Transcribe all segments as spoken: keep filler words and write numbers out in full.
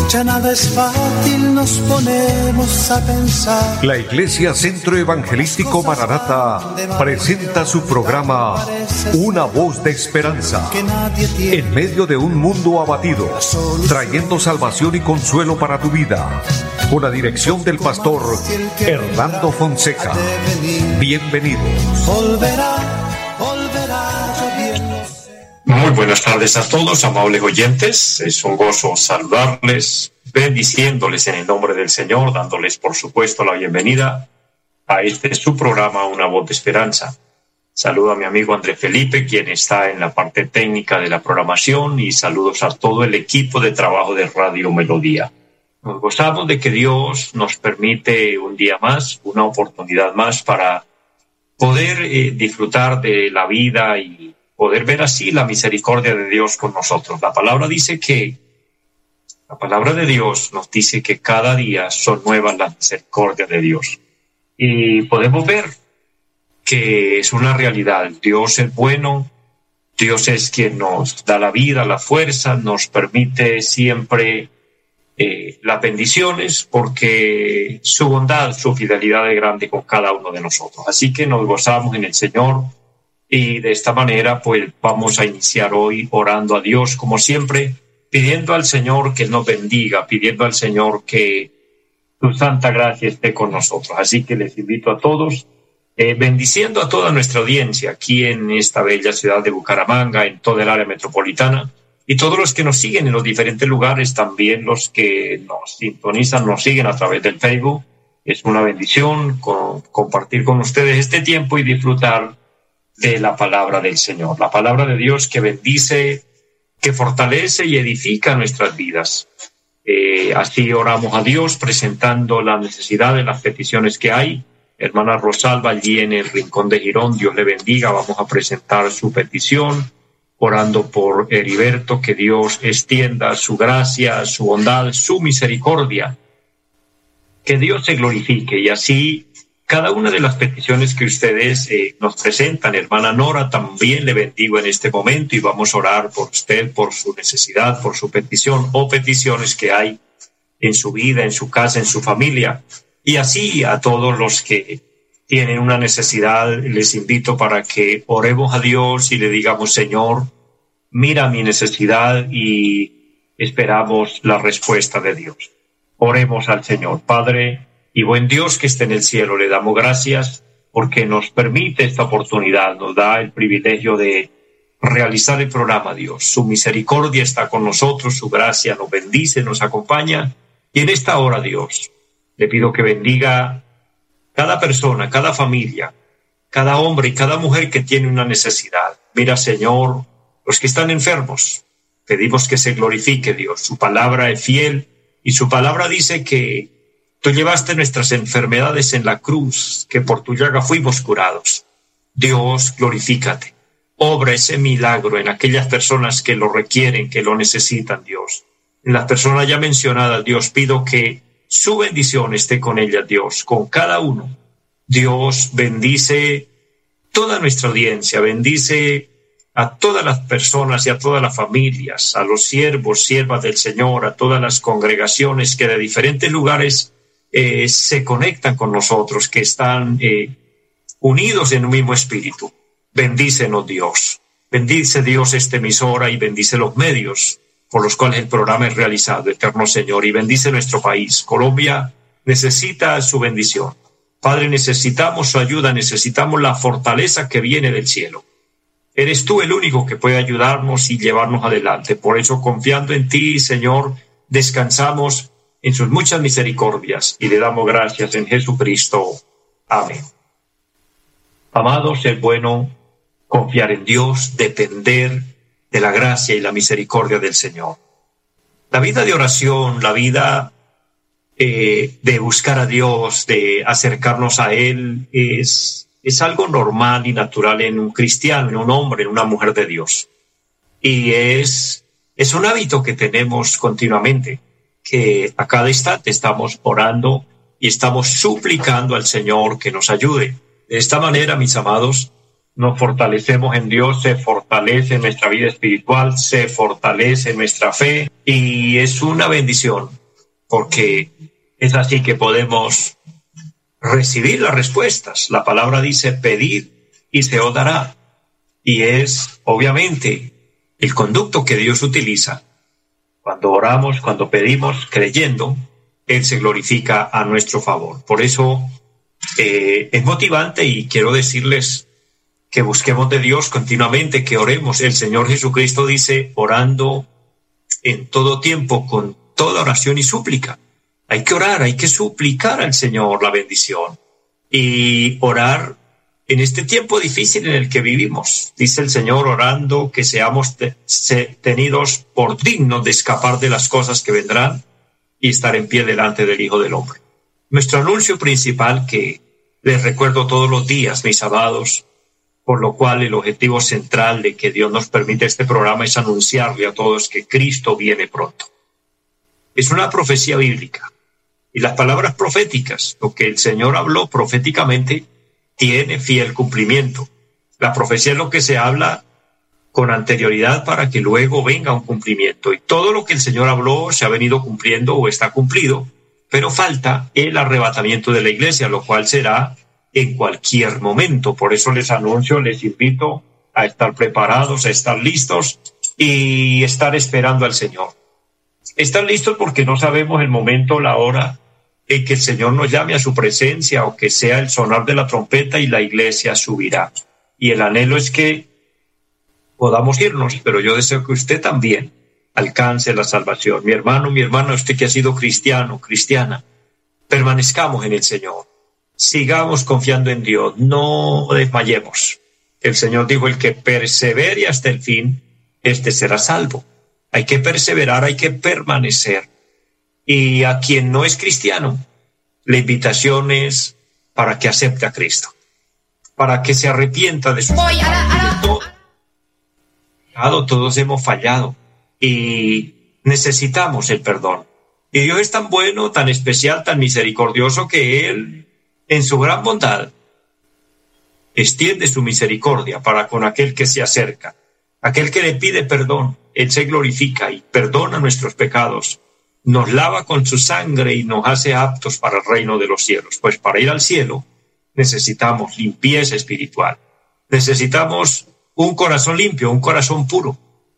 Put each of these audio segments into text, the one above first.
Ya nada es fácil, nos ponemos a pensar. La Iglesia Centro Evangelístico Maranata presenta su programa Una Voz de Esperanza, en medio de un mundo abatido, trayendo salvación y consuelo para tu vida, con la dirección del pastor Hernando Fonseca. Bienvenidos. Muy buenas tardes a todos, amables oyentes. Es un gozo saludarles, bendiciéndoles en el nombre del Señor, dándoles, por supuesto, la bienvenida a este su programa, Una Voz de Esperanza. Saludo a mi amigo André Felipe, quien está en la parte técnica de la programación, y saludos a todo el equipo de trabajo de Radio Melodía. Nos gozamos de que Dios nos permite un día más, una oportunidad más para poder eh, disfrutar de la vida y poder ver así la misericordia de Dios con nosotros. La palabra dice que, la palabra de Dios nos dice que cada día son nuevas las misericordias de Dios. Y podemos ver que es una realidad. Dios es bueno, Dios es quien nos da la vida, la fuerza, nos permite siempre eh, las bendiciones, porque su bondad, su fidelidad es grande con cada uno de nosotros. Así que nos gozamos en el Señor. Y de esta manera, pues, vamos a iniciar hoy orando a Dios, como siempre, pidiendo al Señor que nos bendiga, pidiendo al Señor que su santa gracia esté con nosotros. Así que les invito a todos, eh, bendiciendo a toda nuestra audiencia aquí en esta bella ciudad de Bucaramanga, en toda el área metropolitana, y todos los que nos siguen en los diferentes lugares, también los que nos sintonizan, nos siguen a través del Facebook. Es una bendición con, compartir con ustedes este tiempo y disfrutar de la palabra del Señor, la palabra de Dios que bendice, que fortalece y edifica nuestras vidas. Eh, así oramos a Dios presentando las necesidades, las peticiones que hay. Hermana Rosalba, allí en el rincón de Girón, Dios le bendiga. Vamos a presentar su petición, orando por Heriberto, que Dios extienda su gracia, su bondad, su misericordia. Que Dios se glorifique, y así cada una de las peticiones que ustedes eh, nos presentan. Hermana Nora, también le bendigo en este momento, y vamos a orar por usted, por su necesidad, por su petición o peticiones que hay en su vida, en su casa, en su familia. Y así a todos los que tienen una necesidad, les invito para que oremos a Dios y le digamos: Señor, mira mi necesidad, y esperamos la respuesta de Dios. Oremos al Señor. Padre y buen Dios que esté en el cielo, le damos gracias porque nos permite esta oportunidad, nos da el privilegio de realizar el programa, Dios. Su misericordia está con nosotros, su gracia nos bendice, nos acompaña. Y en esta hora, Dios, le pido que bendiga cada persona, cada familia, cada hombre y cada mujer que tiene una necesidad. Mira, Señor, los que están enfermos, pedimos que se glorifique, Dios. Su palabra es fiel y su palabra dice que tú llevaste nuestras enfermedades en la cruz, que por tu llaga fuimos curados. Dios, glorifícate. Obra ese milagro en aquellas personas que lo requieren, que lo necesitan, Dios. En las personas ya mencionadas, Dios, pido que su bendición esté con ellas, Dios, con cada uno. Dios, bendice toda nuestra audiencia, bendice a todas las personas y a todas las familias, a los siervos, siervas del Señor, a todas las congregaciones que de diferentes lugares Eh, se conectan con nosotros, que están eh, unidos en un mismo espíritu. Bendícenos, Dios. Bendice, Dios, esta emisora, y bendice los medios por los cuales el programa es realizado, eterno Señor, y bendice nuestro país. Colombia necesita su bendición. Padre, necesitamos su ayuda, necesitamos la fortaleza que viene del cielo. Eres tú el único que puede ayudarnos y llevarnos adelante. Por eso, confiando en ti, Señor, descansamos en sus muchas misericordias y le damos gracias en Jesucristo. Amén. Amados, es bueno confiar en Dios, depender de la gracia y la misericordia del Señor. La vida de oración, la vida eh, de buscar a Dios, de acercarnos a Él, es, es algo normal y natural en un cristiano, en un hombre, en una mujer de Dios. Y es, es un hábito que tenemos continuamente, que a cada instante estamos orando y estamos suplicando al Señor que nos ayude. De esta manera, mis amados, nos fortalecemos en Dios, se fortalece nuestra vida espiritual, se fortalece nuestra fe, y es una bendición porque es así que podemos recibir las respuestas. La palabra dice: pedid y se os dará. Y es, obviamente, el conducto que Dios utiliza. Cuando oramos, cuando pedimos, creyendo, Él se glorifica a nuestro favor. Por eso eh, es motivante, y quiero decirles que busquemos de Dios continuamente, que oremos. El Señor Jesucristo dice: orando en todo tiempo, con toda oración y súplica. Hay que orar, hay que suplicar al Señor la bendición y orar en este tiempo difícil en el que vivimos. Dice el Señor, orando que seamos te- se- tenidos por dignos de escapar de las cosas que vendrán y estar en pie delante del Hijo del Hombre. Nuestro anuncio principal, que les recuerdo todos los días, mis amados, por lo cual el objetivo central de que Dios nos permite este programa es anunciarle a todos que Cristo viene pronto. Es una profecía bíblica. Y las palabras proféticas, lo que el Señor habló proféticamente, tiene fiel cumplimiento. La profecía es lo que se habla con anterioridad para que luego venga un cumplimiento. Y todo lo que el Señor habló se ha venido cumpliendo o está cumplido, pero falta el arrebatamiento de la iglesia, lo cual será en cualquier momento. Por eso les anuncio, les invito a estar preparados, a estar listos y estar esperando al Señor. Estar listos porque no sabemos el momento, la hora en que el Señor nos llame a su presencia, o que sea el sonar de la trompeta y la iglesia subirá. Y el anhelo es que podamos irnos, pero yo deseo que usted también alcance la salvación. Mi hermano, mi hermana, usted que ha sido cristiano, cristiana, permanezcamos en el Señor. Sigamos confiando en Dios, no desmayemos. El Señor dijo: el que persevere hasta el fin, este será salvo. Hay que perseverar, hay que permanecer. Y a quien no es cristiano, la invitación es para que acepte a Cristo, para que se arrepienta de sus pecados. Todos hemos fallado y necesitamos el perdón. Y Dios es tan bueno, tan especial, tan misericordioso, que Él, en su gran bondad, extiende su misericordia para con aquel que se acerca. Aquel que le pide perdón, Él se glorifica y perdona nuestros pecados, nos lava con su sangre y nos hace aptos para el reino de los cielos. Pues para ir al cielo necesitamos limpieza espiritual, necesitamos un corazón limpio, un corazón puro,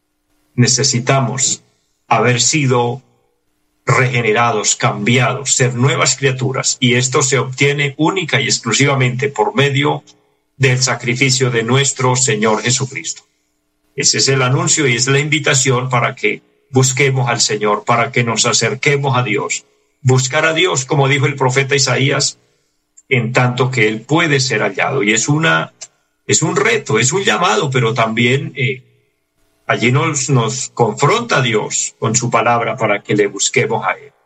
necesitamos haber sido regenerados, cambiados, ser nuevas criaturas, y esto se obtiene única y exclusivamente por medio del sacrificio de nuestro Señor Jesucristo. Ese es el anuncio y es la invitación para que busquemos al Señor, para que nos acerquemos a Dios. Buscar a Dios, como dijo el profeta Isaías, en tanto que Él puede ser hallado. Y es una, es un reto, es un llamado, pero también eh, allí nos, nos confronta Dios con su palabra para que le busquemos a Él.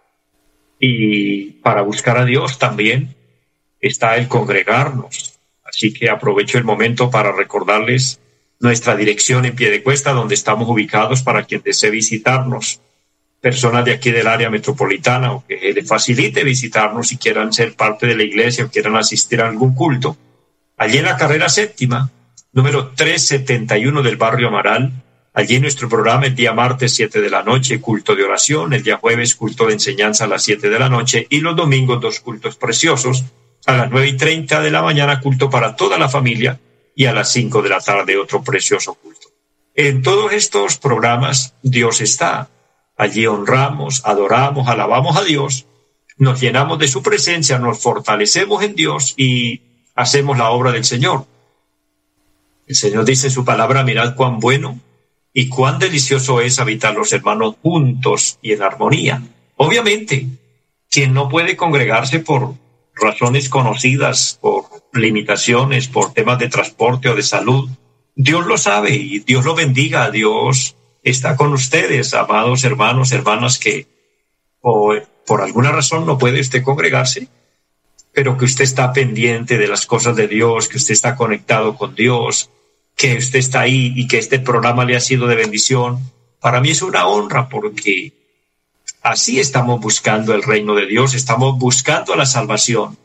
Y para buscar a Dios también está el congregarnos. Así que aprovecho el momento para recordarles nuestra dirección en Piedecuesta, donde estamos ubicados, para quien desee visitarnos, personas de aquí del área metropolitana, o que les facilite visitarnos y quieran ser parte de la iglesia o quieran asistir a algún culto. Allí en la carrera séptima, número trescientos setenta y uno del barrio Amaral, allí nuestro programa el día martes siete de la noche, culto de oración, el día jueves culto de enseñanza a las siete de la noche, y los domingos dos cultos preciosos, a las nueve y treinta de la mañana culto para toda la familia, y a las cinco de la tarde otro precioso culto. En todos estos programas Dios está. Allí honramos, adoramos, alabamos a Dios, nos llenamos de su presencia, nos fortalecemos en Dios y hacemos la obra del Señor. El Señor dice en su palabra: mirad cuán bueno y cuán delicioso es habitar los hermanos juntos y en armonía. Obviamente, quien no puede congregarse por razones conocidas, por limitaciones, por temas de transporte o de salud, Dios lo sabe y Dios lo bendiga. Dios está con ustedes, amados hermanos, hermanas, que o por alguna razón no puede usted congregarse, pero que usted está pendiente de las cosas de Dios, que usted está conectado con Dios, que usted está ahí y que este programa le ha sido de bendición. Para mí es una honra, porque así estamos buscando el reino de Dios, estamos buscando la salvación.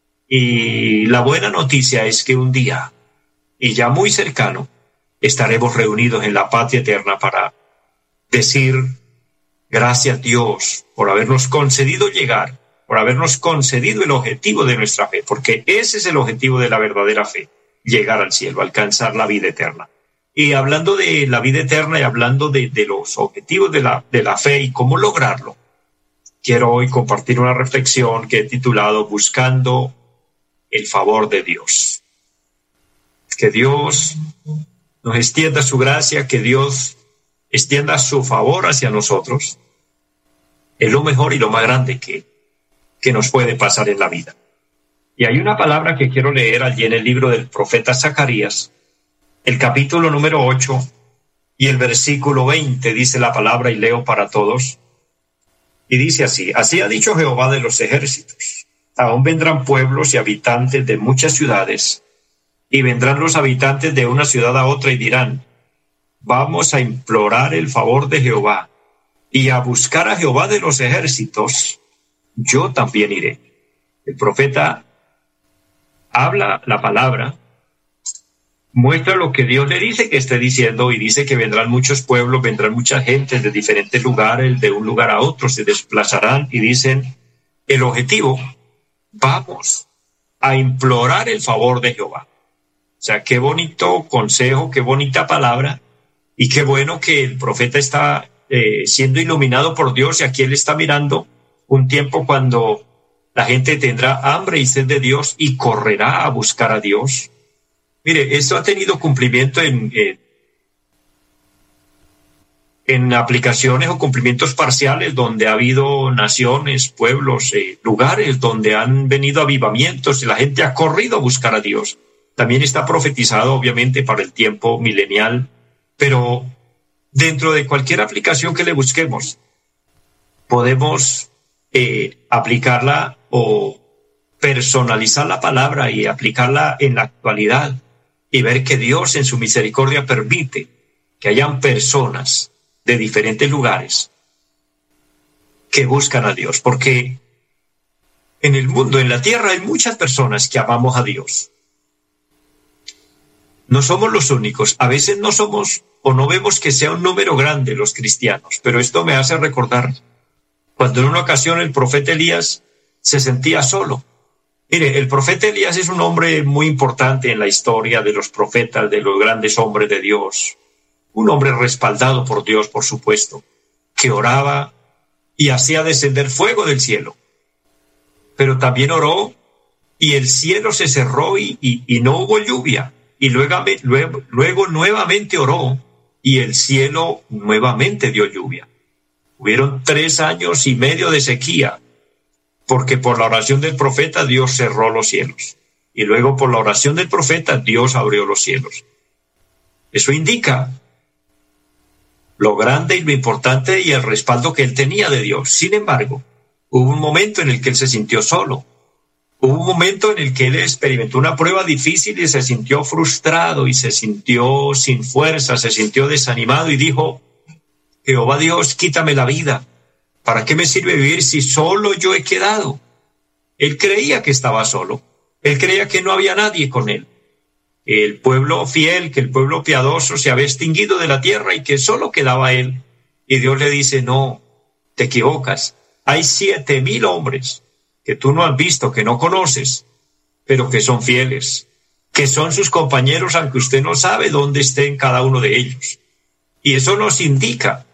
Y la buena noticia es que un día, y ya muy cercano, estaremos reunidos en la patria eterna para decir Gracias, Dios, por habernos concedido llegar, por habernos concedido el objetivo de nuestra fe, porque ese es el objetivo de la verdadera fe, llegar al cielo, alcanzar la vida eterna. Y hablando de la vida eterna y hablando de, de los objetivos de la, de la fe y cómo lograrlo, quiero hoy compartir una reflexión que he titulado Buscando el favor de Dios. Que Dios nos extienda su gracia, que Dios extienda su favor hacia nosotros. Es lo mejor y lo más grande que, que nos puede pasar en la vida. Y hay una palabra que quiero leer allí en el libro del profeta Zacarías, el capítulo número ocho y el versículo veinte, dice la palabra, y leo para todos. Y dice así: así ha dicho Jehová de los ejércitos, aún vendrán pueblos y habitantes de muchas ciudades, y vendrán los habitantes de una ciudad a otra y dirán: vamos a implorar el favor de Jehová y a buscar a Jehová de los ejércitos, yo también iré. El profeta habla la palabra, muestra lo que Dios le dice que esté diciendo, y dice que vendrán muchos pueblos, vendrán mucha gente de diferentes lugares, de un lugar a otro, se desplazarán, y dicen, el objetivo, vamos a implorar el favor de Jehová. O sea, qué bonito consejo, qué bonita palabra, y qué bueno que el profeta está eh, siendo iluminado por Dios, y aquí él está mirando un tiempo cuando la gente tendrá hambre y sed de Dios y correrá a buscar a Dios. Mire, esto ha tenido cumplimiento en, en, en aplicaciones o cumplimientos parciales donde ha habido naciones, pueblos, eh, lugares donde han venido avivamientos y la gente ha corrido a buscar a Dios. También está profetizado, obviamente, para el tiempo milenial, pero dentro de cualquier aplicación que le busquemos, podemos eh, aplicarla o personalizar la palabra y aplicarla en la actualidad y ver que Dios en su misericordia permite que hayan personas de diferentes lugares que buscan a Dios, porque en el mundo, en la tierra, hay muchas personas que amamos a Dios. No somos los únicos. A veces no somos o no vemos que sea un número grande los cristianos, pero esto me hace recordar cuando en una ocasión el profeta Elías se sentía solo. Mire, el profeta Elías es un hombre muy importante en la historia de los profetas, de los grandes hombres de Dios. Un hombre respaldado por Dios, por supuesto, que oraba y hacía descender fuego del cielo. Pero también oró y el cielo se cerró y, y, y no hubo lluvia. Y luego, luego, luego nuevamente oró y el cielo nuevamente dio lluvia. Hubieron tres años y medio de sequía, porque por la oración del profeta Dios cerró los cielos. Y luego por la oración del profeta Dios abrió los cielos. Eso indica lo grande y lo importante y el respaldo que él tenía de Dios. Sin embargo, hubo un momento en el que él se sintió solo. Hubo un momento en el que él experimentó una prueba difícil y se sintió frustrado y se sintió sin fuerza, se sintió desanimado y dijo: Jehová Dios, quítame la vida. ¿Para qué me sirve vivir si solo yo he quedado? Él creía que estaba solo. Él creía que no había nadie con él. El pueblo fiel, que el pueblo piadoso se había extinguido de la tierra y que solo quedaba él. Y Dios le dice: no, te equivocas. Hay siete mil hombres que tú no has visto, que no conoces, pero que son fieles, que son sus compañeros, aunque usted no sabe dónde estén cada uno de ellos. Y eso nos indica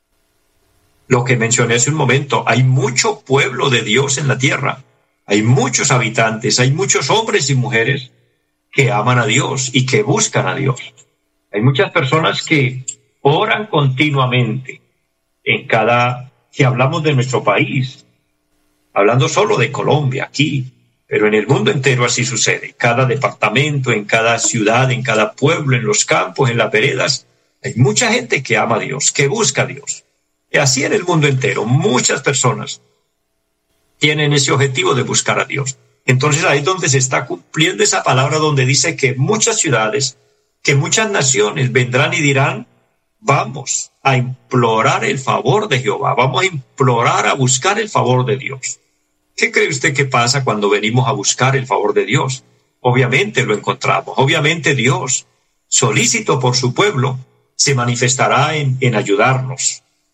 lo que mencioné hace un momento. Hay mucho pueblo de Dios en la tierra, hay muchos habitantes, hay muchos hombres y mujeres que aman a Dios y que buscan a Dios. Hay muchas personas que oran continuamente en cada, si hablamos de nuestro país, hablando solo de Colombia, aquí, pero en el mundo entero así sucede. Cada departamento, en cada ciudad, en cada pueblo, en los campos, en las veredas, hay mucha gente que ama a Dios, que busca a Dios. Y así en el mundo entero, muchas personas tienen ese objetivo de buscar a Dios. Entonces ahí es donde se está cumpliendo esa palabra donde dice que muchas ciudades, que muchas naciones vendrán y dirán: vamos a implorar el favor de Jehová, vamos a implorar, a buscar el favor de Dios. ¿Qué cree usted que pasa cuando venimos a buscar el favor de Dios? Obviamente lo encontramos. Obviamente Dios, solícito por su pueblo, se manifestará en, en ayudarnos.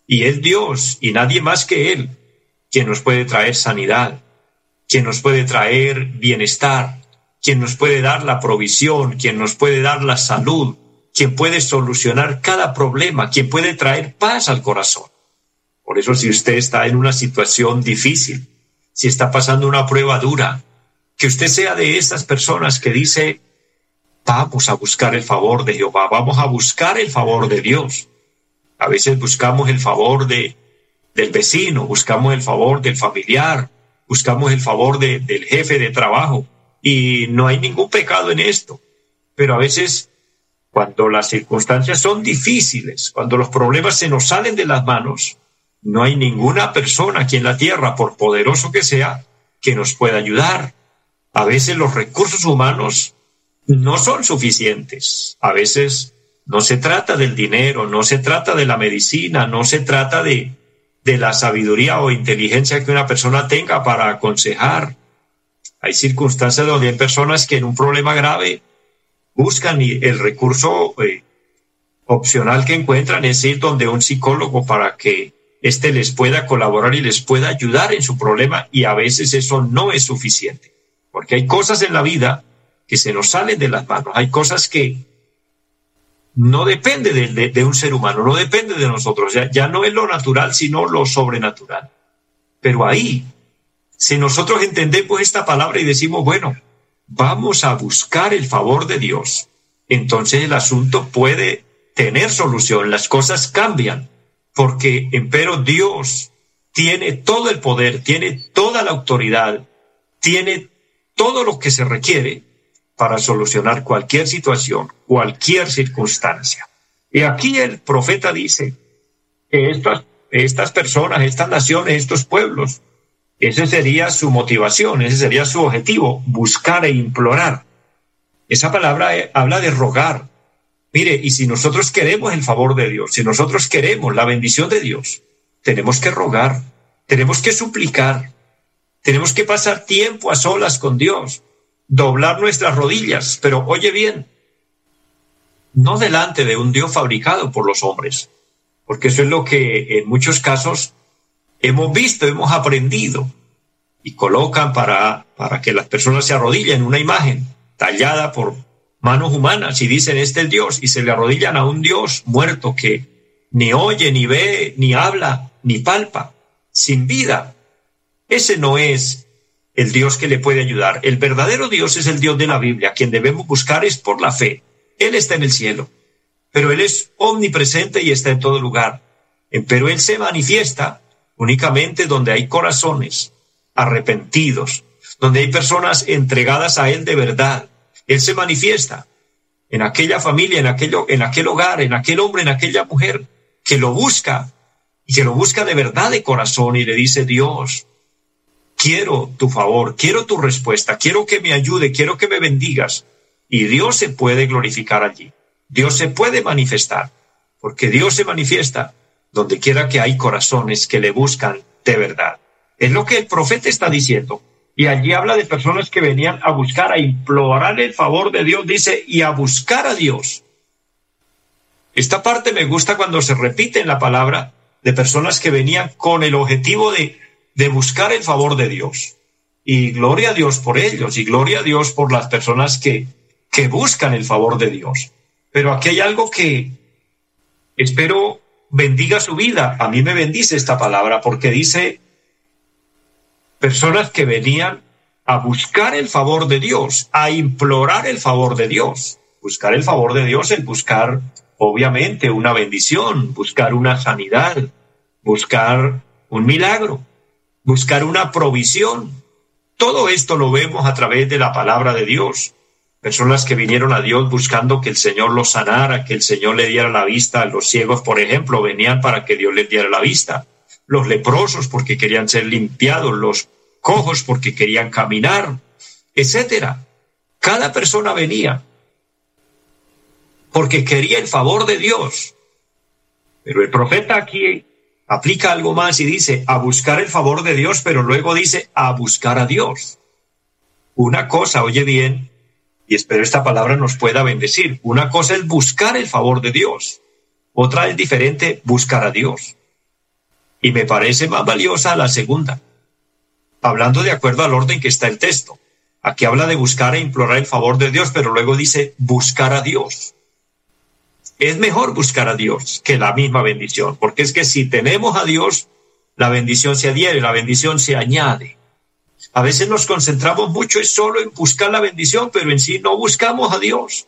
Y es Dios y nadie más que Él quien nos puede traer sanidad, quien nos puede traer bienestar, quien nos puede dar la provisión, quien nos puede dar la salud, quien puede solucionar cada problema, quien puede traer paz al corazón. Por eso, si usted está en una situación difícil, si está pasando una prueba dura, que usted sea de esas personas que dice, vamos a buscar el favor de Jehová, vamos a buscar el favor de Dios. A veces buscamos el favor de, del vecino, buscamos el favor del familiar, buscamos el favor de, del jefe de trabajo, y no hay ningún pecado en esto. Pero a veces, cuando las circunstancias son difíciles, cuando los problemas se nos salen de las manos, no hay ninguna persona aquí en la tierra, por poderoso que sea, que nos pueda ayudar. A veces los recursos humanos no son suficientes. A veces no se trata del dinero, no se trata de la medicina, no se trata de, de la sabiduría o inteligencia que una persona tenga para aconsejar. Hay circunstancias donde hay personas que en un problema grave buscan el recurso eh, opcional que encuentran, es ir donde un psicólogo para que éste les pueda colaborar y les pueda ayudar en su problema, y a veces eso no es suficiente, porque hay cosas en la vida que se nos salen de las manos, hay cosas que no dependen de, de, de un ser humano, no depende de nosotros, ya, ya no es lo natural, sino lo sobrenatural. Pero ahí, si nosotros entendemos esta palabra y decimos, bueno, vamos a buscar el favor de Dios, entonces el asunto puede tener solución, las cosas cambian, porque empero Dios tiene todo el poder, tiene toda la autoridad, tiene todo lo que se requiere para solucionar cualquier situación, cualquier circunstancia. Y aquí el profeta dice que estas, estas personas, estas naciones, estos pueblos, ese sería su motivación, ese sería su objetivo, buscar e implorar. Esa palabra habla de rogar. Mire, y si nosotros queremos el favor de Dios, si nosotros queremos la bendición de Dios, tenemos que rogar, tenemos que suplicar, tenemos que pasar tiempo a solas con Dios, doblar nuestras rodillas, pero oye bien, no delante de un Dios fabricado por los hombres, porque eso es lo que en muchos casos hemos visto, hemos aprendido, y colocan para, para que las personas se arrodillen una imagen tallada por manos humanas y dicen, este es el Dios, y se le arrodillan a un Dios muerto que ni oye, ni ve, ni habla, ni palpa, sin vida. Ese no es el Dios que le puede ayudar. El verdadero Dios es el Dios de la Biblia. Quien debemos buscar es por la fe. Él está en el cielo, pero Él es omnipresente y está en todo lugar. Pero Él se manifiesta únicamente donde hay corazones arrepentidos, donde hay personas entregadas a Él de verdad. Él se manifiesta en aquella familia, en aquel, en aquel hogar, en aquel hombre, en aquella mujer que lo busca y que lo busca de verdad de corazón y le dice, Dios, quiero tu favor, quiero tu respuesta, quiero que me ayude, quiero que me bendigas. Y Dios se puede glorificar allí. Dios se puede manifestar, porque Dios se manifiesta donde quiera que hay corazones que le buscan de verdad. Es lo que el profeta está diciendo. Y allí habla de personas que venían a buscar, a implorar el favor de Dios, dice, y a buscar a Dios. Esta parte me gusta cuando se repite en la palabra de personas que venían con el objetivo de, de buscar el favor de Dios. Y gloria a Dios por ellos, y gloria a Dios por las personas que, que buscan el favor de Dios. Pero aquí hay algo que espero bendiga su vida. A mí me bendice esta palabra porque dice, personas que venían a buscar el favor de Dios, a implorar el favor de Dios. Buscar el favor de Dios es buscar, obviamente, una bendición, buscar una sanidad, buscar un milagro, buscar una provisión. Todo esto lo vemos a través de la palabra de Dios. Personas que vinieron a Dios buscando que el Señor los sanara, que el Señor le diera la vista. Los ciegos, por ejemplo, venían para que Dios les diera la vista. Los leprosos porque querían ser limpiados, los cojos porque querían caminar, etcétera. Cada persona venía porque quería el favor de Dios. Pero el profeta aquí aplica algo más y dice a buscar el favor de Dios, pero luego dice a buscar a Dios. Una cosa, oye bien, y espero esta palabra nos pueda bendecir. Una cosa es buscar el favor de Dios. Otra es diferente, buscar a Dios. Y me parece más valiosa la segunda, hablando de acuerdo al orden que está el texto. Aquí habla de buscar e implorar el favor de Dios, pero luego dice buscar a Dios. Es mejor buscar a Dios que la misma bendición, porque es que si tenemos a Dios, la bendición se adhiere, la bendición se añade. A veces nos concentramos mucho es solo en buscar la bendición, pero en sí no buscamos a Dios.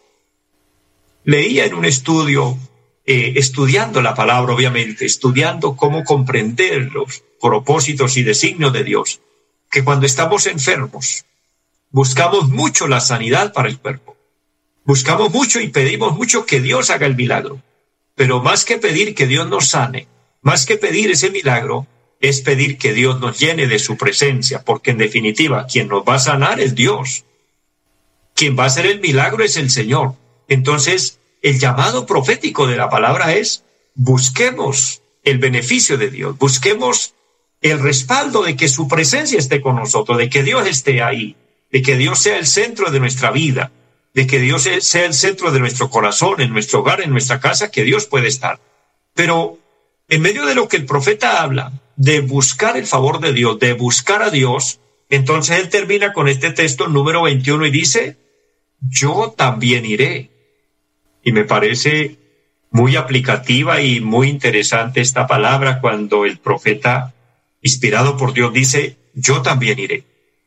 Leía en un estudio, eh, estudiando la palabra, obviamente, estudiando cómo comprender los propósitos y designios de Dios, que cuando estamos enfermos, buscamos mucho la sanidad para el cuerpo. Buscamos mucho y pedimos mucho que Dios haga el milagro. Pero más que pedir que Dios nos sane, más que pedir ese milagro, es pedir que Dios nos llene de su presencia, porque en definitiva, quien nos va a sanar es Dios. Quien va a hacer el milagro es el Señor. Entonces, el llamado profético de la palabra es: busquemos el beneficio de Dios, busquemos el respaldo de que su presencia esté con nosotros, de que Dios esté ahí, de que Dios sea el centro de nuestra vida, de que Dios sea el centro de nuestro corazón, en nuestro hogar, en nuestra casa, que Dios puede estar. Pero en medio de lo que el profeta habla, de buscar el favor de Dios, de buscar a Dios, entonces él termina con este texto número veintiuno y dice: yo también iré. Y me parece muy aplicativa y muy interesante esta palabra cuando el profeta, inspirado por Dios, dice: yo también iré.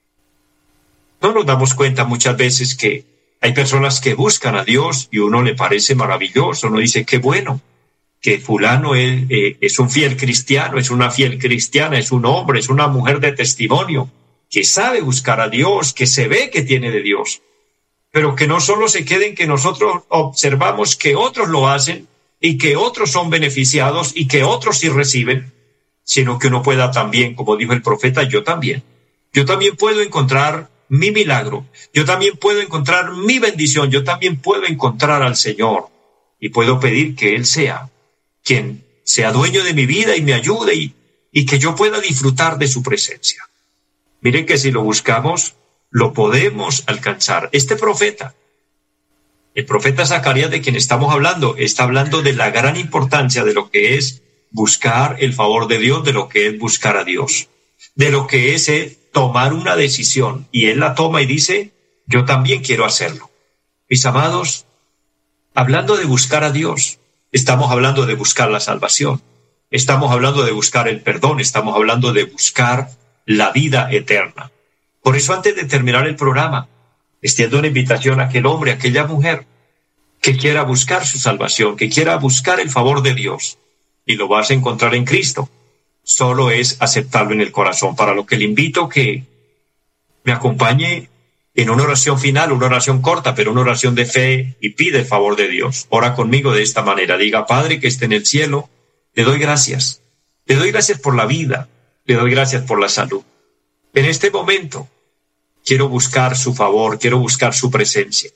No nos damos cuenta muchas veces que hay personas que buscan a Dios y uno le parece maravilloso, uno dice: qué bueno que fulano es, eh, es un fiel cristiano, es una fiel cristiana, es un hombre, es una mujer de testimonio, que sabe buscar a Dios, que se ve que tiene de Dios. Pero que no solo se quede en que nosotros observamos que otros lo hacen y que otros son beneficiados y que otros sí reciben, sino que uno pueda también, como dijo el profeta, yo también. Yo también puedo encontrar mi milagro, yo también puedo encontrar mi bendición, yo también puedo encontrar al Señor y puedo pedir que Él sea quien sea dueño de mi vida y me ayude y, y que yo pueda disfrutar de su presencia. Miren que si lo buscamos, lo podemos alcanzar. Este profeta, el profeta Zacarías de quien estamos hablando, está hablando de la gran importancia de lo que es buscar el favor de Dios, de lo que es buscar a Dios, de lo que es eh, tomar una decisión. Y él la toma y dice: yo también quiero hacerlo. Mis amados, hablando de buscar a Dios, estamos hablando de buscar la salvación, estamos hablando de buscar el perdón, estamos hablando de buscar la vida eterna. Por eso, antes de terminar el programa, extiendo una invitación a aquel hombre, a aquella mujer que quiera buscar su salvación, que quiera buscar el favor de Dios, y lo vas a encontrar en Cristo. Solo es aceptarlo en el corazón, para lo que le invito que me acompañe en una oración final, una oración corta, pero una oración de fe, y pide el favor de Dios. Ora conmigo de esta manera. Diga: Padre que esté en el cielo, le doy gracias. Le doy gracias por la vida, le doy gracias por la salud. En este momento quiero buscar su favor, quiero buscar su presencia.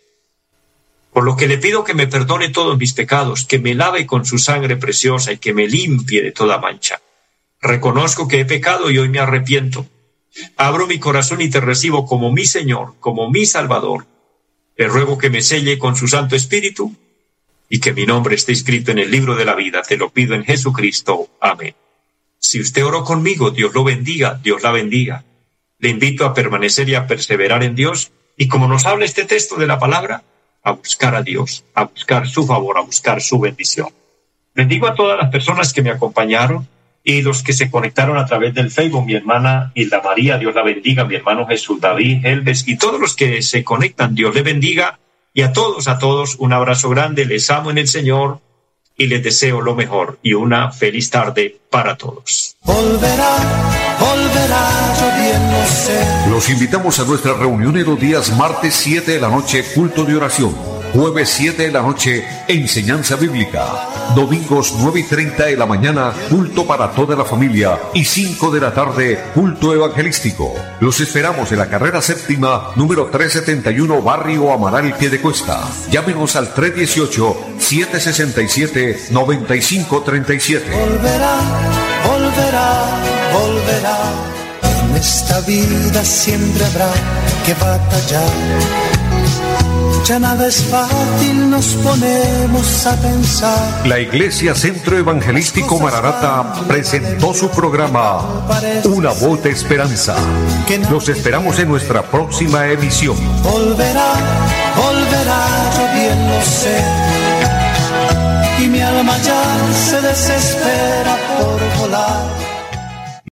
Por lo que le pido que me perdone todos mis pecados, que me lave con su sangre preciosa y que me limpie de toda mancha. Reconozco que he pecado y hoy me arrepiento. Abro mi corazón y te recibo como mi Señor, como mi Salvador. Le ruego que me selle con su Santo Espíritu y que mi nombre esté escrito en el libro de la vida. Te lo pido en Jesucristo. Amén. Si usted oró conmigo, Dios lo bendiga, Dios la bendiga. Le invito a permanecer y a perseverar en Dios, y como nos habla este texto de la palabra, a buscar a Dios, a buscar su favor, a buscar su bendición. Bendigo a todas las personas que me acompañaron y los que se conectaron a través del Facebook, mi hermana Hilda María, Dios la bendiga, mi hermano Jesús David, Helves, y todos los que se conectan, Dios les bendiga, y a todos, a todos, un abrazo grande, les amo en el Señor, y les deseo lo mejor, y una feliz tarde para todos. Volverá, volverá, yo bien lo sé. Los invitamos a nuestra reunión en los días martes siete de la noche, culto de oración. Jueves siete de la noche, enseñanza bíblica. Domingos nueve y treinta de la mañana, culto para toda la familia. Y cinco de la tarde, culto evangelístico. Los esperamos en la carrera séptima, número trescientos setenta y uno, Barrio Amaral, Piedecuesta. Llámenos al tres uno ocho, siete seis siete, nueve cinco tres siete. Volverá, volverá, volverá. En esta vida siempre habrá que batallar. Ya nada es fácil, nos ponemos a pensar. La Iglesia Centro Evangelístico Maranata presentó su programa Una Voz de Esperanza. Los esperamos en nuestra próxima emisión. Volverá, volverá, yo bien lo sé. Y mi alma ya se desespera por volar.